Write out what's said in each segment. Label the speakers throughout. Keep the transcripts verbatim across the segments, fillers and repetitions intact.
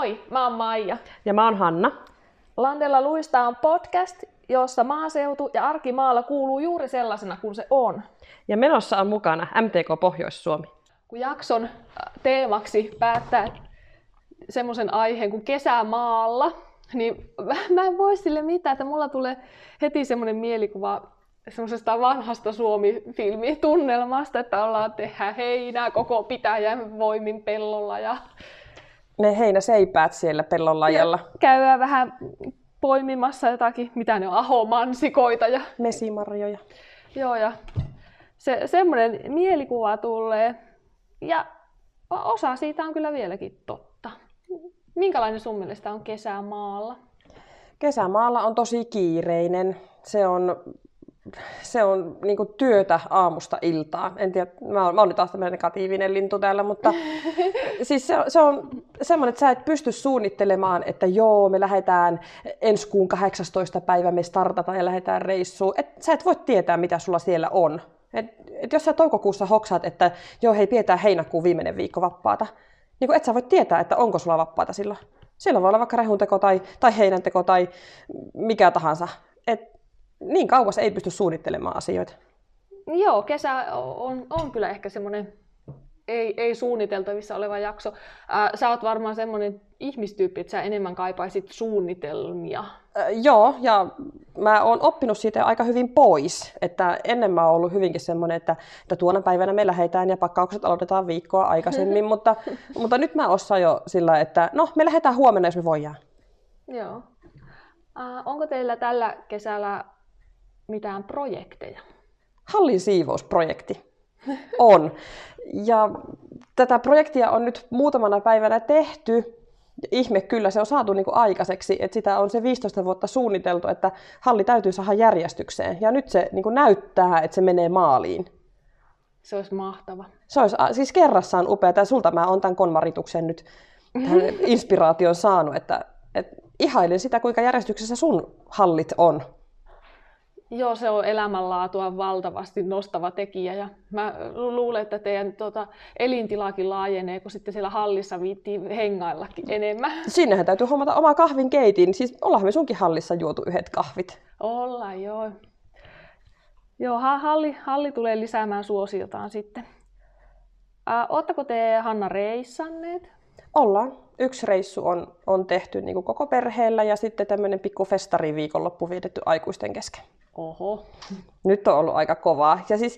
Speaker 1: Moi, mä oon Maija.
Speaker 2: Ja mä oon Hanna.
Speaker 1: Landella luistaa on podcast, jossa maaseutu ja arki maalla kuuluu juuri sellaisena kuin se on.
Speaker 2: Ja menossa on mukana M T K Pohjois-Suomi.
Speaker 1: Kun jakson teemaksi päättää semmoisen aiheen kuin kesämaalla, niin mä en voi sille mitään, että mulla tulee heti semmoinen mielikuva semmoisesta vanhasta Suomi-filmitunnelmasta, että ollaan tehdä heinää koko pitäjän voimin pellolla ja
Speaker 2: ne heinäseipäät siellä pellon laajalla.
Speaker 1: Käydään vähän poimimassa jotakin, mitä ne on, ahomansikoita ja
Speaker 2: mesimarjoja.
Speaker 1: Joo, ja se, semmoinen mielikuva tulee. Ja osa siitä on kyllä vieläkin totta. Minkälainen sun mielestä on kesämaalla?
Speaker 2: Kesämaalla on tosi kiireinen. Se on, se on niin kuin työtä aamusta iltaan. En tiedä, mä oon, mä oon nyt taas tämmöinen negatiivinen lintu täällä, mutta siis se, se on semmoinen, että sä et pysty suunnittelemaan, että joo, me lähdetään ensi kuun kahdeksastoista päivä, me startataan ja lähdetään reissuun. Et, sä et voi tietää, mitä sulla siellä on. Et, et jos sä toukokuussa hoksaat, että joo, hei, pidetään heinäkuun viimeinen viikko vapaata, niin kun et sä voi tietää, että onko sulla vapaata silloin. Silloin voi olla vaikka rehunteko tai, tai heinänteko tai mikä tahansa. Et niin kauas ei pysty suunnittelemaan asioita.
Speaker 1: Joo, kesä on, on kyllä ehkä semmoinen ei, ei suunniteltavissa oleva jakso. Ää, sä oot varmaan semmoinen ihmistyyppi, että sä enemmän kaipaisit suunnitelmia.
Speaker 2: Äh, joo, ja mä oon oppinut siitä aika hyvin pois. Että ennen mä oon ollut hyvinkin semmoinen, että, että tuona päivänä me lähdetään ja pakkaukset aloitetaan viikkoa aikaisemmin. mutta, mutta nyt mä osaan jo sillä, että no, me lähdetään huomenna, jos me voidaan.
Speaker 1: Joo. Äh, onko teillä tällä kesällä mitään projekteja?
Speaker 2: Hallin siivousprojekti on. Ja tätä projektia on nyt muutamana päivänä tehty. Ihme kyllä, se on saatu niin kuin aikaiseksi, että sitä on se viisitoista vuotta suunniteltu, että halli täytyy saada järjestykseen. Ja nyt se niin kuin näyttää, että se menee maaliin.
Speaker 1: Se olisi mahtava.
Speaker 2: Se olisi siis kerrassaan upea. Ja sulta mä oon tämän konmarituksen nyt tämän inspiraation saanut, että, että ihailen sitä, kuinka järjestyksessä sun hallit on.
Speaker 1: Joo, se on elämänlaatua valtavasti nostava tekijä ja mä luulen, että teidän tuota, elintilakin laajenee, kun sitten siellä hallissa viittiin hengaillakin enemmän.
Speaker 2: Sinnehän täytyy hommata oma kahvinkeitin, siis ollaan me sunkin hallissa juotu yhdet kahvit.
Speaker 1: Ollaan, joo. Joo, halli, halli tulee lisäämään suosiotaan sitten. Ää, ootteko te, Hanna, reissanneet?
Speaker 2: Ollaan. Yksi reissu on, on tehty niin kuin koko perheellä ja sitten tämmöinen pikku festari viikonloppu vietetty aikuisten kesken.
Speaker 1: Oho.
Speaker 2: Nyt on ollut aika kovaa. Ja siis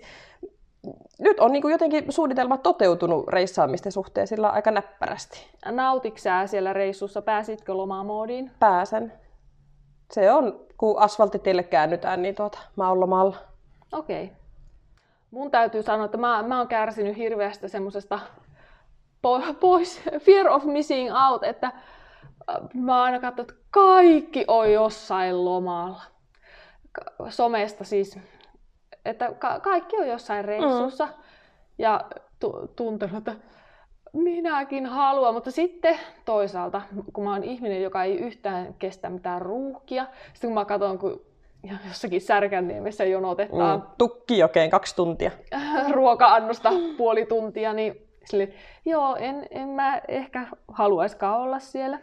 Speaker 2: nyt on niin kuin jotenkin suunnitelma toteutunut reissaamisten suhteen sillä aika näppärästi.
Speaker 1: Nautitko sä siellä reissussa? Pääsitkö lomamoodiin?
Speaker 2: Pääsen. Se on, kun asfalttitielle käännytään, niin tuota, mä oon lomalla.
Speaker 1: Okei. Okay. Mun täytyy sanoa, että mä, mä oon kärsinyt hirveästä semmosesta pois, fear of missing out, että mä oon aina katsonut, että kaikki on jossain lomalla. Somesta siis, että ka- kaikki on jossain reissussa mm. ja tu- tuntenut, että minäkin haluan, mutta sitten toisaalta, kun mä oon ihminen, joka ei yhtään kestä mitään ruuhkia, sitten kun mä katson, kun jossakin Särkänniemessä jonotetaan mm.
Speaker 2: Tukkijokeen kaksi tuntia
Speaker 1: ruoka-annosta puoli tuntia, niin sille, joo, en, en mä ehkä haluaiskaan olla siellä.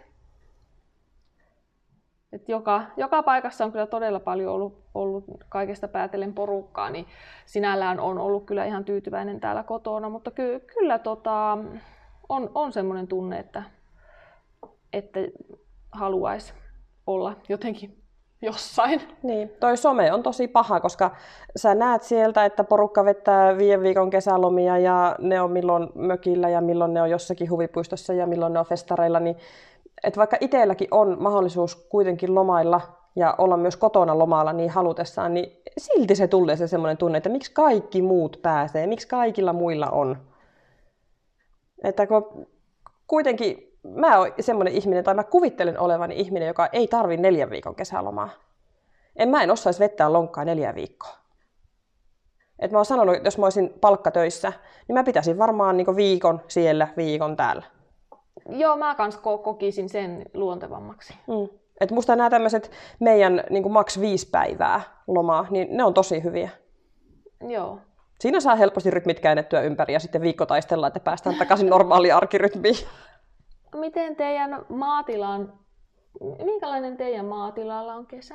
Speaker 1: Et joka, joka paikassa on kyllä todella paljon ollut, ollut kaikesta päätellen porukkaa, niin sinällään on ollut kyllä ihan tyytyväinen täällä kotona, mutta ky, kyllä tota, on, on semmoinen tunne, että, että haluaisi olla jotenkin jossain.
Speaker 2: Niin, toi some on tosi paha, koska sä näet sieltä, että porukka vettää viiden viikon kesälomia ja ne on milloin mökillä ja milloin ne on jossakin huvipuistossa ja milloin ne on festareilla, niin että vaikka itselläkin on mahdollisuus kuitenkin lomailla ja olla myös kotona lomalla niin halutessaan, niin silti se tulee se semmoinen tunne, että miksi kaikki muut pääsee, miksi kaikilla muilla on. Että kun kuitenkin mä oon semmoinen ihminen, tai mä kuvittelen olevani ihminen, joka ei tarvi neljän viikon kesälomaa. En mä en osaisi vettää lonkkaa neljä viikkoa. Et mä oon sanonut, että jos mä olisin palkkatöissä, niin mä pitäisin varmaan niinku viikon siellä, viikon täällä.
Speaker 1: Joo, mä kans kokisin sen luontevammaksi.
Speaker 2: Mm. Et musta nämä tämmöiset meidän niin kuin maks viisi päivää lomaa, niin ne on tosi hyviä.
Speaker 1: Joo.
Speaker 2: Siinä saa helposti rytmit käännettyä ympäri ja sitten viikko taistellaan, että päästään takaisin normaaliin arkirytmiin.
Speaker 1: miten teidän maatilan, minkälainen teidän maatilalla on kesä?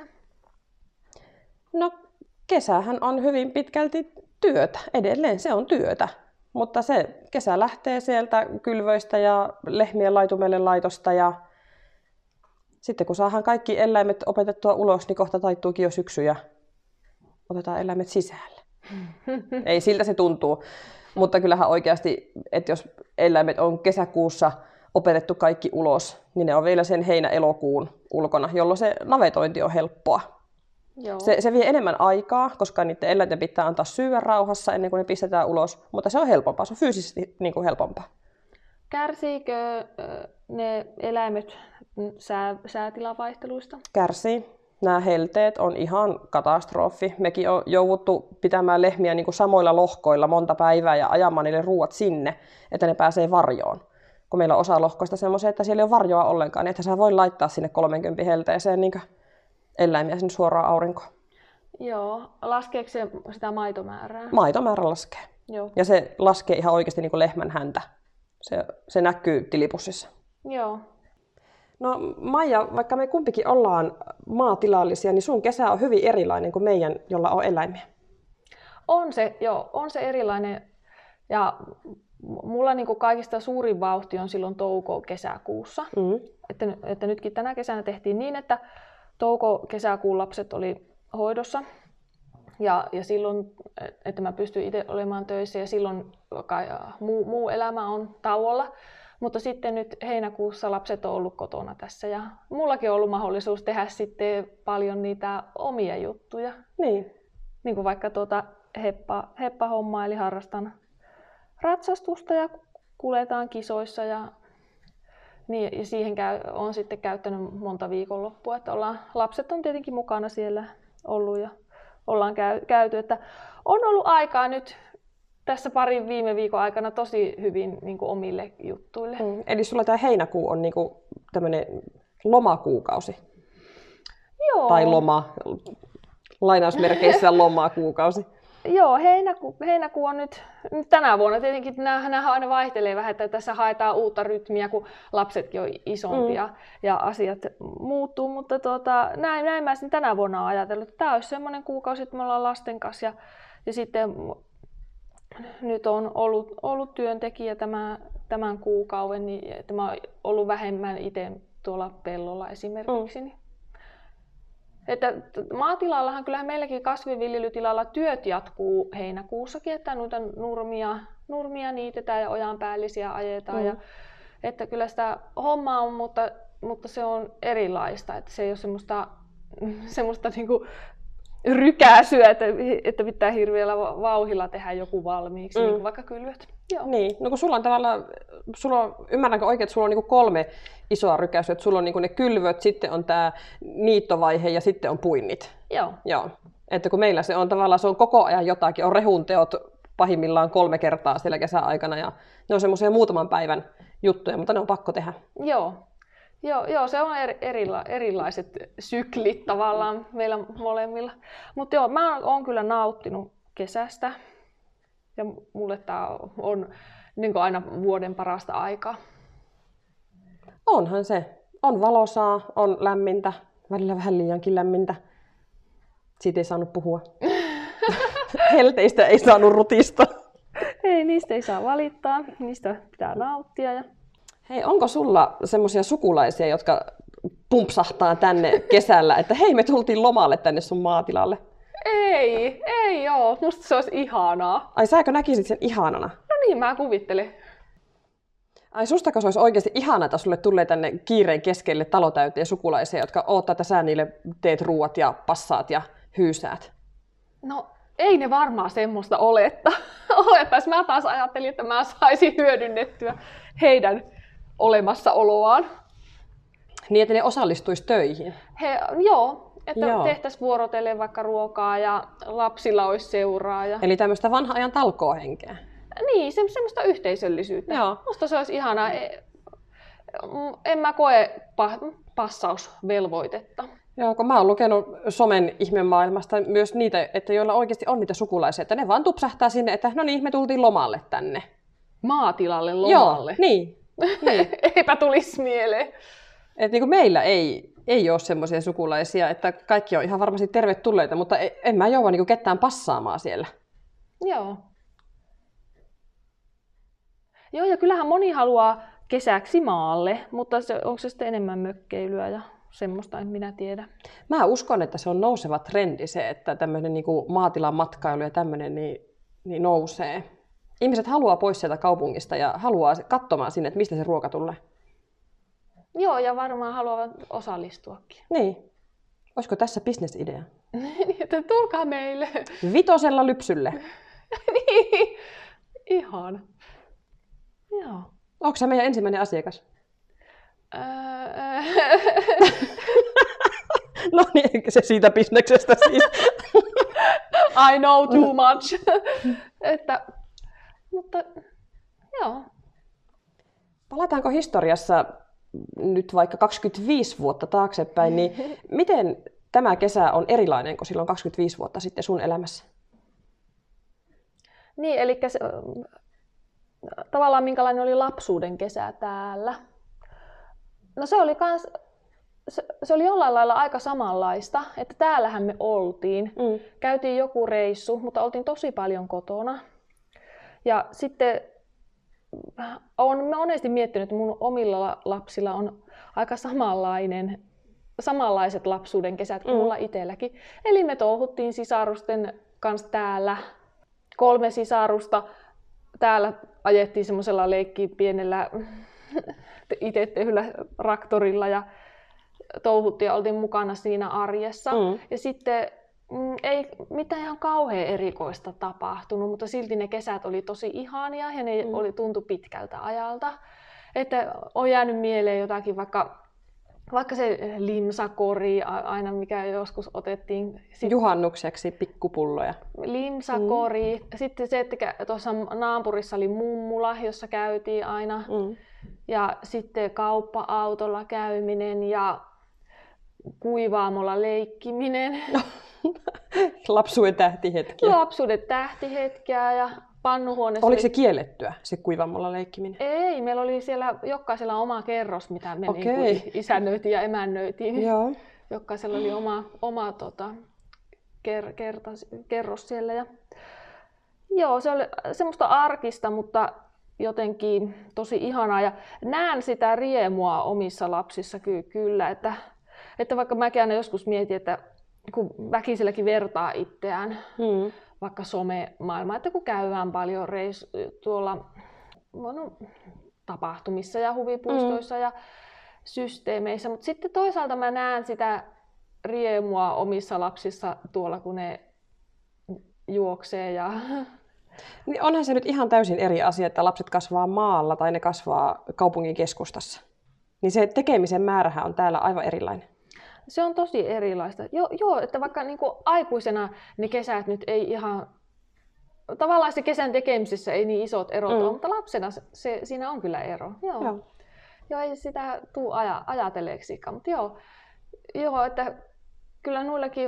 Speaker 2: No kesähän on hyvin pitkälti työtä. Edelleen se on työtä. Mutta se kesä lähtee sieltä kylvöistä ja lehmien laitumelle laitosta ja sitten kun saadaan kaikki eläimet opetettua ulos, niin kohta taittuukin jo syksy ja otetaan eläimet sisälle. Ei siltä se tuntuu. Mutta kyllähän oikeasti, että jos eläimet on kesäkuussa opetettu kaikki ulos, niin ne on vielä sen heinä-elokuun ulkona, jolloin se navetointi on helppoa.
Speaker 1: Joo.
Speaker 2: Se, se vie enemmän aikaa, koska niiden eläinten pitää antaa syödä rauhassa ennen kuin ne pistetään ulos, mutta se on helpompaa, se on fyysisesti niin kuin helpompaa.
Speaker 1: Kärsiikö ne eläimet sää, säätilavaihteluista?
Speaker 2: Kärsii. Nämä helteet on ihan katastrofi. Mekin on jouduttu pitämään lehmiä niin kuin samoilla lohkoilla monta päivää ja ajamaan niille ruuat sinne, että ne pääsee varjoon. Kun meillä on osa lohkoista semmoisia, että siellä ei ole varjoa ollenkaan, niin että sä voi laittaa sinne kolmekymmentä helteeseen niin eläimiä sinne suoraan aurinkoon.
Speaker 1: Joo. Laskeeko se sitä maitomäärää?
Speaker 2: Maitomäärä laskee.
Speaker 1: Joo.
Speaker 2: Ja se laskee ihan oikeasti niin kuin lehmän häntä. Se, se näkyy tilipussissa.
Speaker 1: Joo.
Speaker 2: No Maija, vaikka me kumpikin ollaan maatilallisia, niin sun kesä on hyvin erilainen kuin meidän, jolla on eläimiä.
Speaker 1: On se, joo, on se erilainen. Ja mulla niin kuin kaikista suurin vauhti on silloin touko-kesäkuussa. Mm-hmm. Että, että nytkin tänä kesänä tehtiin niin, että touko-kesäkuun lapset oli hoidossa. Ja, ja silloin, että mä pystyin itse olemaan töissä ja silloin muu, muu elämä on tauolla. Mutta sitten nyt heinäkuussa lapset on ollut kotona tässä ja mullakin on ollut mahdollisuus tehdä sitten paljon niitä omia juttuja.
Speaker 2: Niin.
Speaker 1: Niin kuin vaikka tuota heppa, heppahommaa, eli harrastan ratsastusta ja kuljetaan kisoissa ja, niin, ja siihen käy, on sitten käyttänyt monta viikonloppua. Että ollaan, lapset on tietenkin mukana siellä ollut ja ollaan käy, käyty. Että on ollut aikaa nyt tässä parin viime viikon aikana tosi hyvin niin kuin omille juttuille.
Speaker 2: Mm. Eli sulla tämä heinäkuu on niin kuin tämmöinen lomakuukausi?
Speaker 1: Joo.
Speaker 2: Tai loma, lainausmerkeissä lomakuukausi?
Speaker 1: Joo, heinäku, heinäkuu on nyt, nyt tänä vuonna. Tietenkin nämä aina vaihtelee vähän, että tässä haetaan uutta rytmiä, kun lapsetkin on isompia mm. ja asiat muuttuu. Mutta tuota, näin, näin mä sen tänä vuonna olen ajatellut, että tämä olisi semmoinen kuukausi, että me ollaan lasten kanssa. Ja, ja sitten nyt on ollut, ollut työntekijä tämän, tämän kuukauden, niin että mä oon ollut vähemmän itse tuolla pellolla esimerkiksi. Mm. Että maatilallahan kyllähän meilläkin kasvinviljelytilalla työt jatkuu heinäkuussakin, että noita nurmia, nurmia niitetään ja ojanpäällisiä ajetaan. Mm. Ja, että kyllä sitä hommaa on, mutta, mutta se on erilaista, että se ei ole semmoista, semmoista niinku rykäisyä, että, että pitää hirveällä vauhilla tehdä joku valmiiksi, mm. niin vaikka kylvöt. Joo.
Speaker 2: Niin, no kun sulla on tavallaan, sulla on, ymmärränkö oikein, että sulla on niinku kolme isoa rykäisyä, että sulla on niinku ne kylvöt, sitten on tämä niittovaihe ja sitten on puinnit.
Speaker 1: Joo.
Speaker 2: Joo. Että kun meillä se on tavallaan, se on koko ajan jotakin, on rehunteot pahimmillaan kolme kertaa siellä kesäaikana ja ne on semmoisia muutaman päivän juttuja, mutta ne on pakko tehdä.
Speaker 1: Joo. Joo, joo, se on eri, erila, erilaiset syklit tavallaan meillä molemmilla. Mutta joo, mä oon kyllä nauttinut kesästä ja mulle tää on niin kuin aina vuoden parasta aikaa.
Speaker 2: Onhan se. On valosaa, on lämmintä, välillä vähän liiankin lämmintä. Siitä ei saanut puhua. Helteistä ei saanut rutista.
Speaker 1: Ei, niistä ei saa valittaa, niistä pitää nauttia. Ja...
Speaker 2: Hei, onko sulla semmoisia sukulaisia, jotka pumpsahtaa tänne kesällä, että hei, me tultiin lomalle tänne sun maatilalle?
Speaker 1: Ei, ei oo. Musta se olisi ihanaa.
Speaker 2: Ai säkö näkisit sen ihanana?
Speaker 1: No niin, mä kuvittelen.
Speaker 2: Ai sustako se olisi oikeasti ihanaa, että sulle tulee tänne kiireen keskelle talotäyteen sukulaisia, jotka odottaa, että sä niille teet ruuat ja passaat ja hyysäät?
Speaker 1: No ei ne varmaan semmoista oletta. Olettais mä taas ajattelin, että mä saisin hyödynnettyä heidän olemassaoloaan.
Speaker 2: Niin, että ne osallistuisi töihin?
Speaker 1: He, joo, että joo. Tehtäisiin vuorotellen vaikka ruokaa ja lapsilla olisi seuraa. Ja...
Speaker 2: Eli tämmöistä vanhan ajan talkoohenkeä?
Speaker 1: Niin, se, semmoista yhteisöllisyyttä.
Speaker 2: Joo.
Speaker 1: Musta se olisi ihanaa. En mä koe passausvelvoitetta.
Speaker 2: Joo, kun mä oon lukenut somen ihmemaailmasta myös niitä, että joilla oikeasti on niitä sukulaisia, että ne vaan tupsahtaa sinne, että no niin, me tultiin lomalle tänne.
Speaker 1: Maatilalle lomalle?
Speaker 2: Joo, niin. Niin.
Speaker 1: Eipä tulisi mieleen.
Speaker 2: Et niin kuin meillä ei, ei ole semmoisia sukulaisia, että kaikki on ihan varmasti tervetulleita, mutta en mä jouda niin ketään passaamaan siellä.
Speaker 1: Joo. Joo, ja kyllähän moni haluaa kesäksi maalle, mutta se, onko se sitten enemmän mökkeilyä ja semmoista, en minä tiedä.
Speaker 2: Mä uskon, että se on nouseva trendi se, että tämmöinen niin kuin maatilan matkailu ja tämmöinen niin, niin nousee. Ihmiset haluaa pois sieltä kaupungista ja haluaa katsomaan sinne, että mistä se ruoka tulee.
Speaker 1: Joo, ja varmaan haluavat osallistuakin.
Speaker 2: Niin. Olisiko tässä bisnesidea?
Speaker 1: Niin, että tulkaa meille.
Speaker 2: Vitosella lypsylle.
Speaker 1: Niin, ihan. Joo.
Speaker 2: Onko se meidän ensimmäinen asiakas?
Speaker 1: Öö...
Speaker 2: No niin, eikö se siitä bisneksestä siis?
Speaker 1: I know too much. Että, mutta joo.
Speaker 2: Palataanko historiassa nyt vaikka kaksikymmentäviisi vuotta taaksepäin, niin miten tämä kesä on erilainen kuin silloin kaksikymmentäviisi vuotta sitten sun elämässä?
Speaker 1: Niin, eli se, tavallaan minkälainen oli lapsuuden kesä täällä. No se oli kans, se, se oli jollain lailla aika samanlaista, että täällähän me oltiin. Mm. Käytiin joku reissu, mutta oltiin tosi paljon kotona. Ja sitten olen monesti miettinyt, että mun omilla lapsilla on aika samanlainen, samanlaiset lapsuuden kesät kuin mm. mulla itselläkin. Eli me touhuttiin sisarusten kanssa täällä. Kolme sisarusta. Täällä ajettiin semmoisella leikkiin pienellä itse tehdyllä traktorilla ja touhuttiin ja oltiin mukana siinä arjessa. Mm. Ja sitten mm, ei mitään ihan kauhean erikoista tapahtunut, mutta silti ne kesät oli tosi ihania ja ne mm. oli, tuntui pitkältä ajalta. Että on jäänyt mieleen jotakin vaikka Vaikka se limsakori, aina mikä joskus otettiin. Sit...
Speaker 2: Juhannukseksi pikkupulloja.
Speaker 1: Limsakori. Mm. Sitten se, että tuossa naapurissa oli mummula, jossa käytiin aina. Mm. Ja sitten kauppa-autolla käyminen ja kuivaamolla leikkiminen.
Speaker 2: Lapsuuden tähtihetkiä.
Speaker 1: Lapsuuden tähtihetkiä ja pannuhuoneessa.
Speaker 2: Oliko se kiellettyä, se kuivaamolla leikkiminen?
Speaker 1: Ei, meillä oli siellä jokaisella oma kerros, mitä me okay. niin isännöitiin ja emännöitiin. Joo. Jokaisella oli oma, oma tota, ker, kertas, kerros siellä. Ja... Joo, se oli semmoista arkista, mutta jotenkin tosi ihanaa. Ja näen sitä riemua omissa lapsissa ky- kyllä, että, että vaikka mäkin aina joskus mietin, että kun väkiselläkin vertaa itseään, hmm. vaikka some-maailma, että kun käydään paljon reis, tuolla no, tapahtumissa ja huvipuistoissa mm. ja systeemeissä, mutta sitten toisaalta mä näen sitä riemua omissa lapsissa tuolla, kun ne juoksee. Ja...
Speaker 2: Niin onhan se nyt ihan täysin eri asia, että lapset kasvaa maalla tai ne kasvaa kaupungin keskustassa. Niin se tekemisen määrähän on täällä aivan erilainen.
Speaker 1: Se on tosi erilaista. Joo, joo että vaikka niin kuin aikuisena ne kesät nyt ei ihan... Tavallaan se kesän tekemisessä ei niin isot erot mm. ole, mutta lapsena se, siinä on kyllä ero. Joo, joo. joo ei sitä tule aja, ajatelleeksikaan, mutta joo, joo, että kyllä nuillakin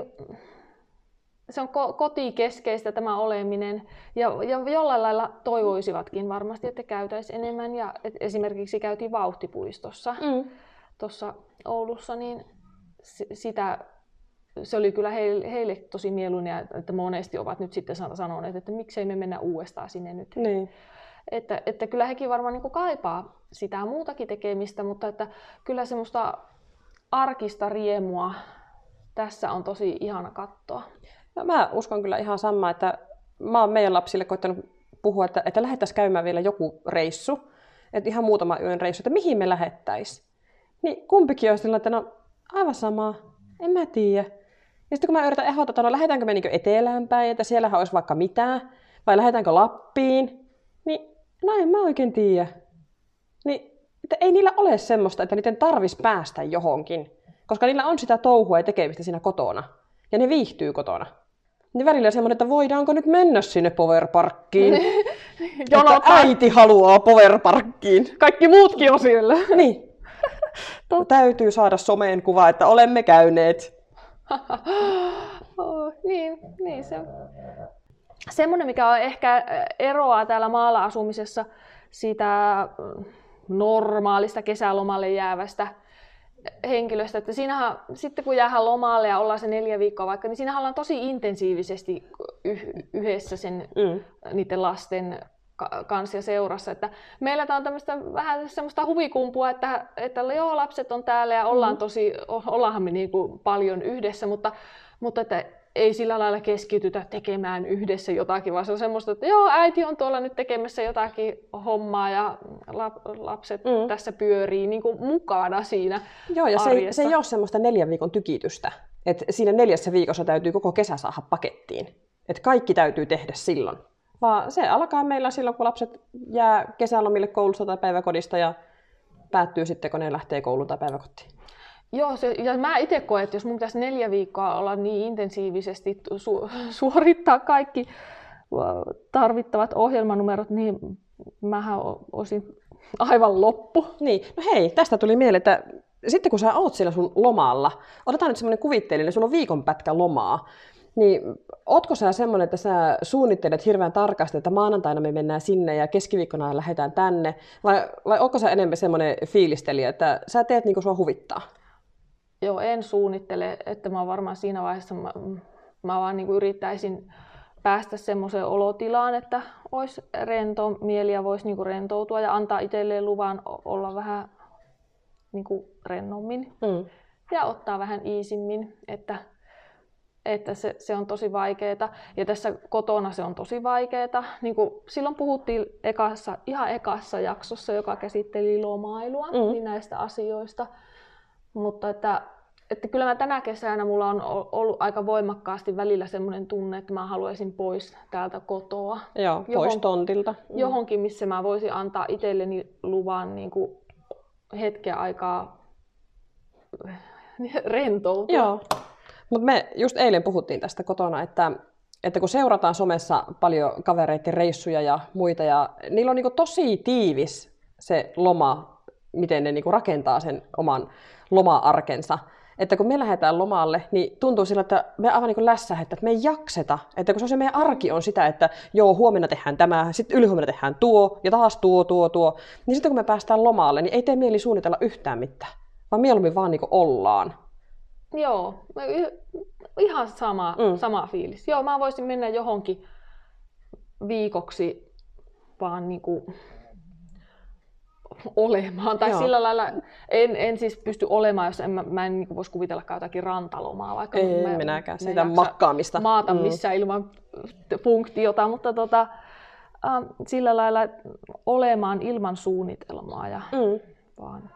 Speaker 1: se on ko- kotikeskeistä tämä oleminen ja, ja jollain lailla toivoisivatkin varmasti, että käytäisiin enemmän ja et esimerkiksi käytiin vauhtipuistossa mm. tuossa Oulussa, niin sitä, se oli kyllä heille, heille tosi mieluinen, että monesti ovat nyt sitten sanoneet, että miksei me mennä uudestaan sinne nyt. Niin. Että, että kyllä hekin varmaan niin kuin kaipaa sitä muutakin tekemistä, mutta että kyllä semmoista arkista riemua tässä on tosi ihana katsoa.
Speaker 2: No, mä uskon kyllä ihan samaa, että mä oon meidän lapsille koittanut puhua, että, että lähdettäisiin käymään vielä joku reissu, että ihan muutama yön reissu, että mihin me lähettäisiin. Niin kumpikin on sillä, että no aivan sama, en mä tiedä. Ja sitten kun mä yritän ehdottaa, että no lähdetäänkö me niin etelään päin, että siellähän olisi vaikka mitään, vai lähdetäänkö Lappiin, niin no en mä oikein tiedä. Niin, että ei niillä ole semmoista, että niiden tarvitsisi päästä johonkin, koska niillä on sitä touhua ja tekemistä siinä kotona, ja ne viihtyy kotona. Niin välillä on semmoinen, että voidaanko nyt mennä sinne powerparkkiin, että äiti haluaa powerparkkiin.
Speaker 1: Kaikki muutkin on siellä.
Speaker 2: Niin. Täytyy saada someen kuva, että olemme käyneet.
Speaker 1: oh, niin, niin se on. Semmoinen, mikä on ehkä eroaa täällä maalla asumisessa siitä normaalista kesälomalle jäävästä henkilöstä. Että siinähän, sitten kun jäähän lomalle ja ollaan se neljä viikkoa vaikka, niin siinähän ollaan tosi intensiivisesti yhdessä sen, mm. niiden lasten kanssa ja seurassa. Että meillä tämä on tämmöistä vähän semmoista huvikumpua, että, että joo, lapset on täällä ja ollaan mm. tosi, ollaanhan me niin kuin paljon yhdessä, mutta, mutta että ei sillä lailla keskitytä tekemään yhdessä jotakin, vaan se on semmoista, että joo, äiti on tuolla nyt tekemässä jotakin hommaa ja lapset mm. tässä pyörii niin kuin mukana siinä
Speaker 2: Joo, ja se ei, se ei ole semmoista neljän viikon tykitystä, että siinä neljässä viikossa täytyy koko kesä saada pakettiin, että kaikki täytyy tehdä silloin. Vaan se alkaa meillä silloin, kun lapset jää kesälomille koulusta tai päiväkodista ja päättyy sitten, kun ne lähtee kouluun tai päiväkotiin.
Speaker 1: Joo, se, ja mä itse koen, että jos mun pitäisi neljä viikkoa olla niin intensiivisesti su- suorittaa kaikki tarvittavat ohjelmanumerot, niin mähän olisin aivan loppu.
Speaker 2: Niin, no hei, tästä tuli mieleen, että sitten kun sä oot siellä sun lomalla, otetaan nyt semmoinen kuvitteellinen, sulla on viikon pätkä lomaa, niin ootko sä semmoinen, että sä suunnittelet hirveän tarkasti, että maanantaina me mennään sinne ja keskiviikkona lähdetään tänne, vai, vai onko sä enemmän semmoinen fiilistelijä, että sä teet niin kuin sua huvittaa?
Speaker 1: Joo, en suunnittele, että mä varmaan siinä vaiheessa mä, mä vaan niin kuin yrittäisin päästä semmoiseen olotilaan, että olisi rento mieli ja voisi niin kuin rentoutua ja antaa itselleen luvan olla vähän niin kuin rennommin mm. ja ottaa vähän iisimmin, että, että se, se on tosi vaikeaa. Ja tässä kotona se on tosi vaikeaa. Niin kuin silloin puhuttiin ekassa, ihan ekassa jaksossa, joka käsitteli lomailua, mm. niin näistä asioista. Mutta että, että kyllä mä tänä kesänä mulla on ollut aika voimakkaasti välillä semmoinen tunne, että mä haluaisin pois täältä kotoa.
Speaker 2: Joo, pois Johon, tontilta. Mm.
Speaker 1: Johonkin, missä mä voisin antaa itselleni luvan niin kuin hetken aikaa rentoutua.
Speaker 2: Joo, mutta me just eilen puhuttiin tästä kotona, että, että kun seurataan somessa paljon kavereiden reissuja ja muita, ja niillä on niin kuin tosi tiivis se loma, miten ne niin kuin rakentaa sen oman loma-arkensa. Että kun me lähdetään lomalle, niin tuntuu sillä, että me aivan niin kuin lässähdettä, että me ei jakseta. Että kun se, on se meidän arki on sitä, että joo, huomenna tehdään tämä, sitten ylihuomenna tehdään tuo, ja taas tuo, tuo, tuo. Niin sitten kun me päästään lomalle, niin ei tee mieli suunnitella yhtään mitään, vaan mieluummin vaan niin kuin ollaan.
Speaker 1: Joo, ihan sama, mm. sama fiilis. Joo, mä voisin mennä johonkin viikoksi vaan niin kuin olemaan. Tai Joo. sillä lailla, en, en siis pysty olemaan, jos en, mä, mä en niin voisi kuvitellakaan jotakin rantalomaa. Vaikka
Speaker 2: ei mä, minäkään, sitä makkaamista.
Speaker 1: Maata mm. missään ilman funktiota, mutta tota, äh, sillä lailla olemaan ilman suunnitelmaa. Ja mm. vaan.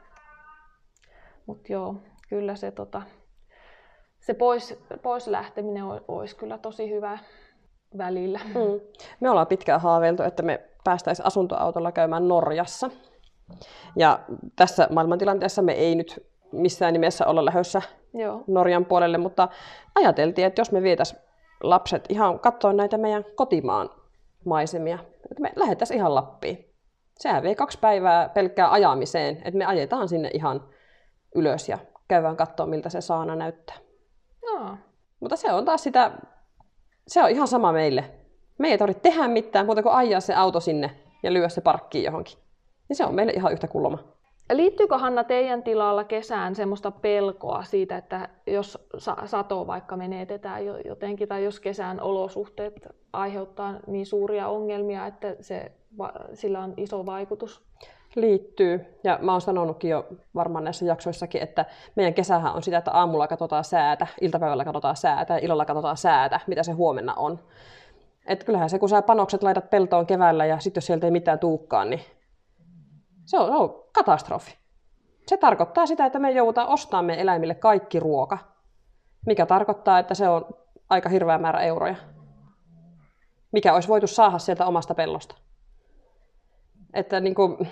Speaker 1: Mut joo, kyllä se, tota, se pois, pois lähteminen olisi kyllä tosi hyvä välillä.
Speaker 2: Mm. Me ollaan pitkään haaveiltu, että me päästäisiin asuntoautolla käymään Norjassa. Ja tässä maailmantilanteessa me ei nyt missään nimessä olla lähdössä Joo. Norjan puolelle, mutta ajateltiin, että jos me vietäisiin lapset ihan katsoa näitä meidän kotimaan maisemia, että me lähdettäisiin ihan Lappiin. Sehän vei kaksi päivää pelkkää ajamiseen, että me ajetaan sinne ihan ylös ja käydään katsoa, miltä se saana näyttää.
Speaker 1: No.
Speaker 2: Mutta se on taas sitä, se on ihan sama meille. Me ei tarvitse tehdä mitään, muuta kuin ajaa se auto sinne ja lyödä se parkkiin johonkin. Niin se on meille ihan yhtä kuin loma.
Speaker 1: Liittyykö, Hanna, teidän tilalla kesään semmoista pelkoa siitä, että jos sato vaikka menetetään jotenkin, tai jos kesän olosuhteet aiheuttaa niin suuria ongelmia, että se, sillä on iso vaikutus?
Speaker 2: Liittyy. Ja mä oon sanonutkin jo varmaan näissä jaksoissakin, että meidän kesähän on sitä, että aamulla katsotaan säätä, iltapäivällä katsotaan säätä ja illalla katsotaan säätä, mitä se huomenna on. Että kyllähän se, kun sä panokset laitat peltoon keväällä ja sitten jos sieltä ei mitään tuukkaan, niin se on, se on katastrofi. Se tarkoittaa sitä, että me joudutaan ostamaan meidän eläimille kaikki ruoka, mikä tarkoittaa, että se on aika hirveä määrä euroja, mikä olisi voitu saada sieltä omasta pellosta. Että niin kuin,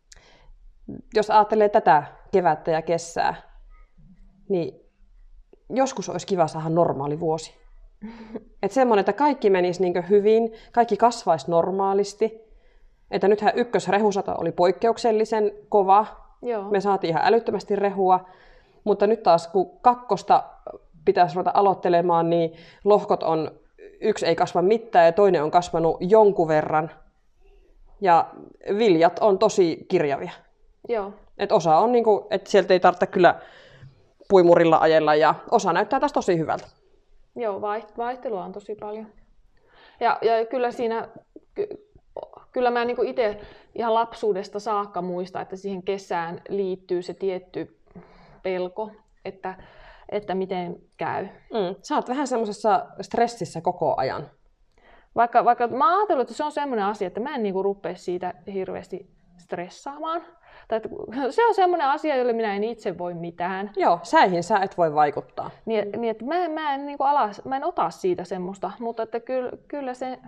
Speaker 2: jos ajattelee tätä kevättä ja kesää, niin joskus olisi kiva saada normaali vuosi. Että semmoinen, että kaikki menisi niin kuin hyvin, kaikki kasvaisi normaalisti. Että nythän ykkösrehusato oli poikkeuksellisen kova. Joo. Me saatiin ihan älyttömästi rehua, mutta nyt taas kun kakkosta pitäisi ruveta aloittelemaan, niin lohkot on, yksi ei kasva mitään ja toinen on kasvanut jonkun verran. Ja viljat on tosi kirjavia.
Speaker 1: Joo.
Speaker 2: Et osa on niinku, että sieltä ei tarvitse kyllä puimurilla ajella ja osa näyttää taas tosi hyvältä.
Speaker 1: Joo, vaihtelua on tosi paljon. Ja, ja kyllä siinä, ky, kyllä mä niinku itse ihan lapsuudesta saakka muistan, että siihen kesään liittyy se tietty pelko, että, että miten käy.
Speaker 2: Mm. Sä oot vähän semmoisessa stressissä koko ajan.
Speaker 1: Vaikka, vaikka mä oon ajatellut, että se on semmoinen asia, että mä en niinku rupea siitä hirveästi stressaamaan. Tai että se on semmoinen asia, jolle minä en itse voi mitään.
Speaker 2: Joo, säihin sä et voi vaikuttaa.
Speaker 1: Niin, niin että mä, mä, en, niinku alas, mä en ota siitä semmoista, mutta että kyllä, kyllä se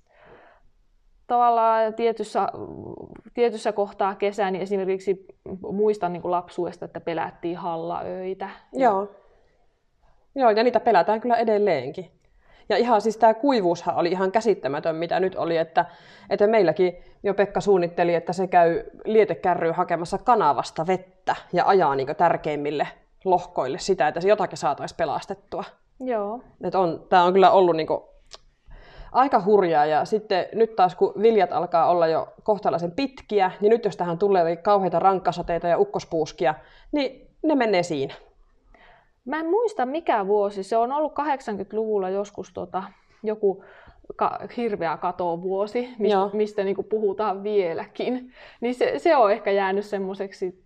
Speaker 1: tavallaan tietyssä, tietyssä kohtaa kesää, niin esimerkiksi muistan niin kuin lapsuudesta, että pelättiin hallaöitä.
Speaker 2: Joo. Joo, ja niitä pelätään kyllä edelleenkin. Ja ihan siis tämä kuivuushan oli ihan käsittämätön, mitä nyt oli, että, että meilläkin jo Pekka suunnitteli, että se käy lietekärryyn hakemassa kanavasta vettä ja ajaa niin kuin tärkeimmille lohkoille sitä, että se jotakin saataisiin pelastettua.
Speaker 1: Joo.
Speaker 2: Tämä on kyllä ollut niin kuin aika hurjaa, ja sitten nyt taas kun viljat alkaa olla jo kohtalaisen pitkiä, niin nyt jos tähän tulee kauheita rankkasateita ja ukkospuuskia, niin ne menee siinä.
Speaker 1: Mä en muista mikä vuosi, se on ollut kahdeksankymmentäluvulla joskus tota, joku ka- hirveä katovuosi, mistä, mistä niinku puhutaan vieläkin. Niin se, se on ehkä jäänyt semmoiseksi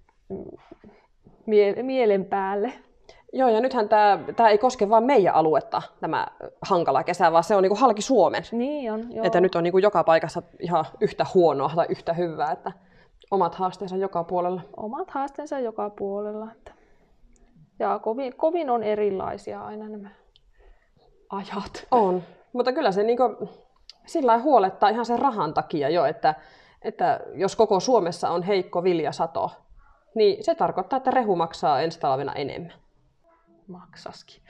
Speaker 1: mie- mielen päälle.
Speaker 2: Joo, ja nythän tämä ei koske vain meidän aluetta, tämä hankala kesä, vaan se on niinku halki Suomen.
Speaker 1: Niin on, joo.
Speaker 2: Että nyt on niinku joka paikassa ihan yhtä huonoa tai yhtä hyvää, että omat haasteensa joka puolella.
Speaker 1: Omat haasteensa joka puolella. Ja kovin, kovin on erilaisia aina nämä ajat.
Speaker 2: On, mutta kyllä se niinku sillä lailla huolettaa ihan sen rahan takia jo, että, että jos koko Suomessa on heikko viljasato, niin se tarkoittaa, että rehu maksaa ensi talvena enemmän.
Speaker 1: Maksaskin.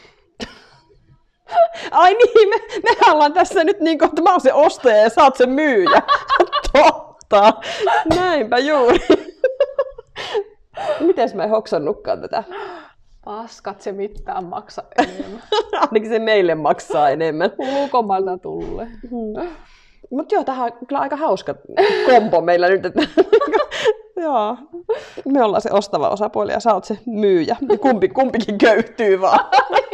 Speaker 2: Ai niin, me, me ollaan tässä nyt niin kuin, että mä oon se ostaja ja sä oot se myyjä. Totta, näinpä juuri. Mites mä en hoksannutkaan tätä?
Speaker 1: Paskat se mitään maksaa enemmän.
Speaker 2: Ainakin se meille maksaa enemmän.
Speaker 1: Ulkomailta tulee.
Speaker 2: Hmm. Mutta joo, tähän on kyllä aika hauska kombo meillä nyt. Että joo, me ollaan se ostava osapuoli ja sä oot se myyjä. Ja kumpi, kumpikin köyhtyy vaan.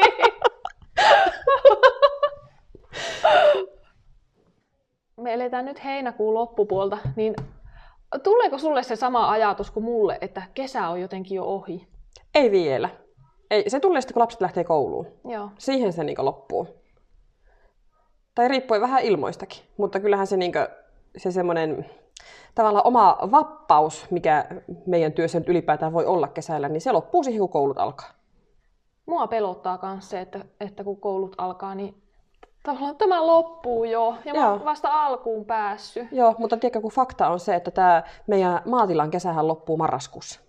Speaker 1: Me eletään nyt heinäkuun loppupuolta, niin tuleeko sulle se sama ajatus kuin mulle, että kesä on jotenkin jo ohi?
Speaker 2: Ei vielä. Ei, se tulee sitten, kun lapset lähtee kouluun.
Speaker 1: Joo.
Speaker 2: Siihen se niin loppuu. Tai riippuen vähän ilmoistakin, mutta kyllähän se, niin kuin, se semmoinen tavallaan oma vapaus, mikä meidän työssä nyt ylipäätään voi olla kesällä, niin se loppuu siihen, kun koulut alkaa.
Speaker 1: Mua pelottaa myös se, että, että kun koulut alkaa, niin tavallaan tämä loppuu jo, ja mä oon vasta alkuun päässyt.
Speaker 2: Joo, mutta tiedätkö, kun fakta on se, että tämä meidän maatilan kesähän loppuu marraskuussa.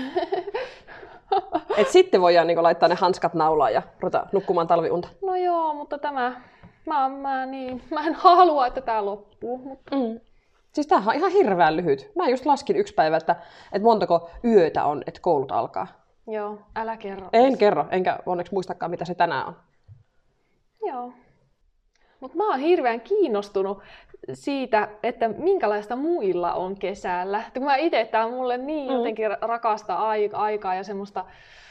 Speaker 2: Et sitten voidaan niin laittaa ne hanskat naulaan ja ruveta nukkumaan talviunta.
Speaker 1: No joo, mutta tämä, mä, mä, niin, mä en halua, että tämä loppuu. Mutta...
Speaker 2: Mm. Siis tämähän on ihan hirveän lyhyt. Mä just laskin yksi päivä, että, että montako yötä on, että koulut alkaa.
Speaker 1: Joo, älä kerro.
Speaker 2: En kerro, enkä onneksi muistakaan, mitä se tänään on.
Speaker 1: Joo. Mutta mä oon hirveän kiinnostunut siitä, että minkälaista muilla on kesällä. Kun mä itse, tää on mulle niin mm. jotenkin rakasta aikaa ja semmoista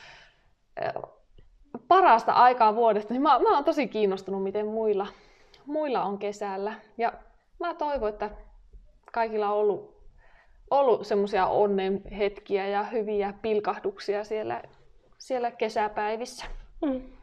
Speaker 1: parasta aikaa vuodesta, niin mä, mä oon tosi kiinnostunut, miten muilla, muilla on kesällä. Ja mä toivon, että kaikilla on ollut, ollut semmoisia onnen hetkiä ja hyviä pilkahduksia siellä, siellä kesäpäivissä.
Speaker 2: Mm.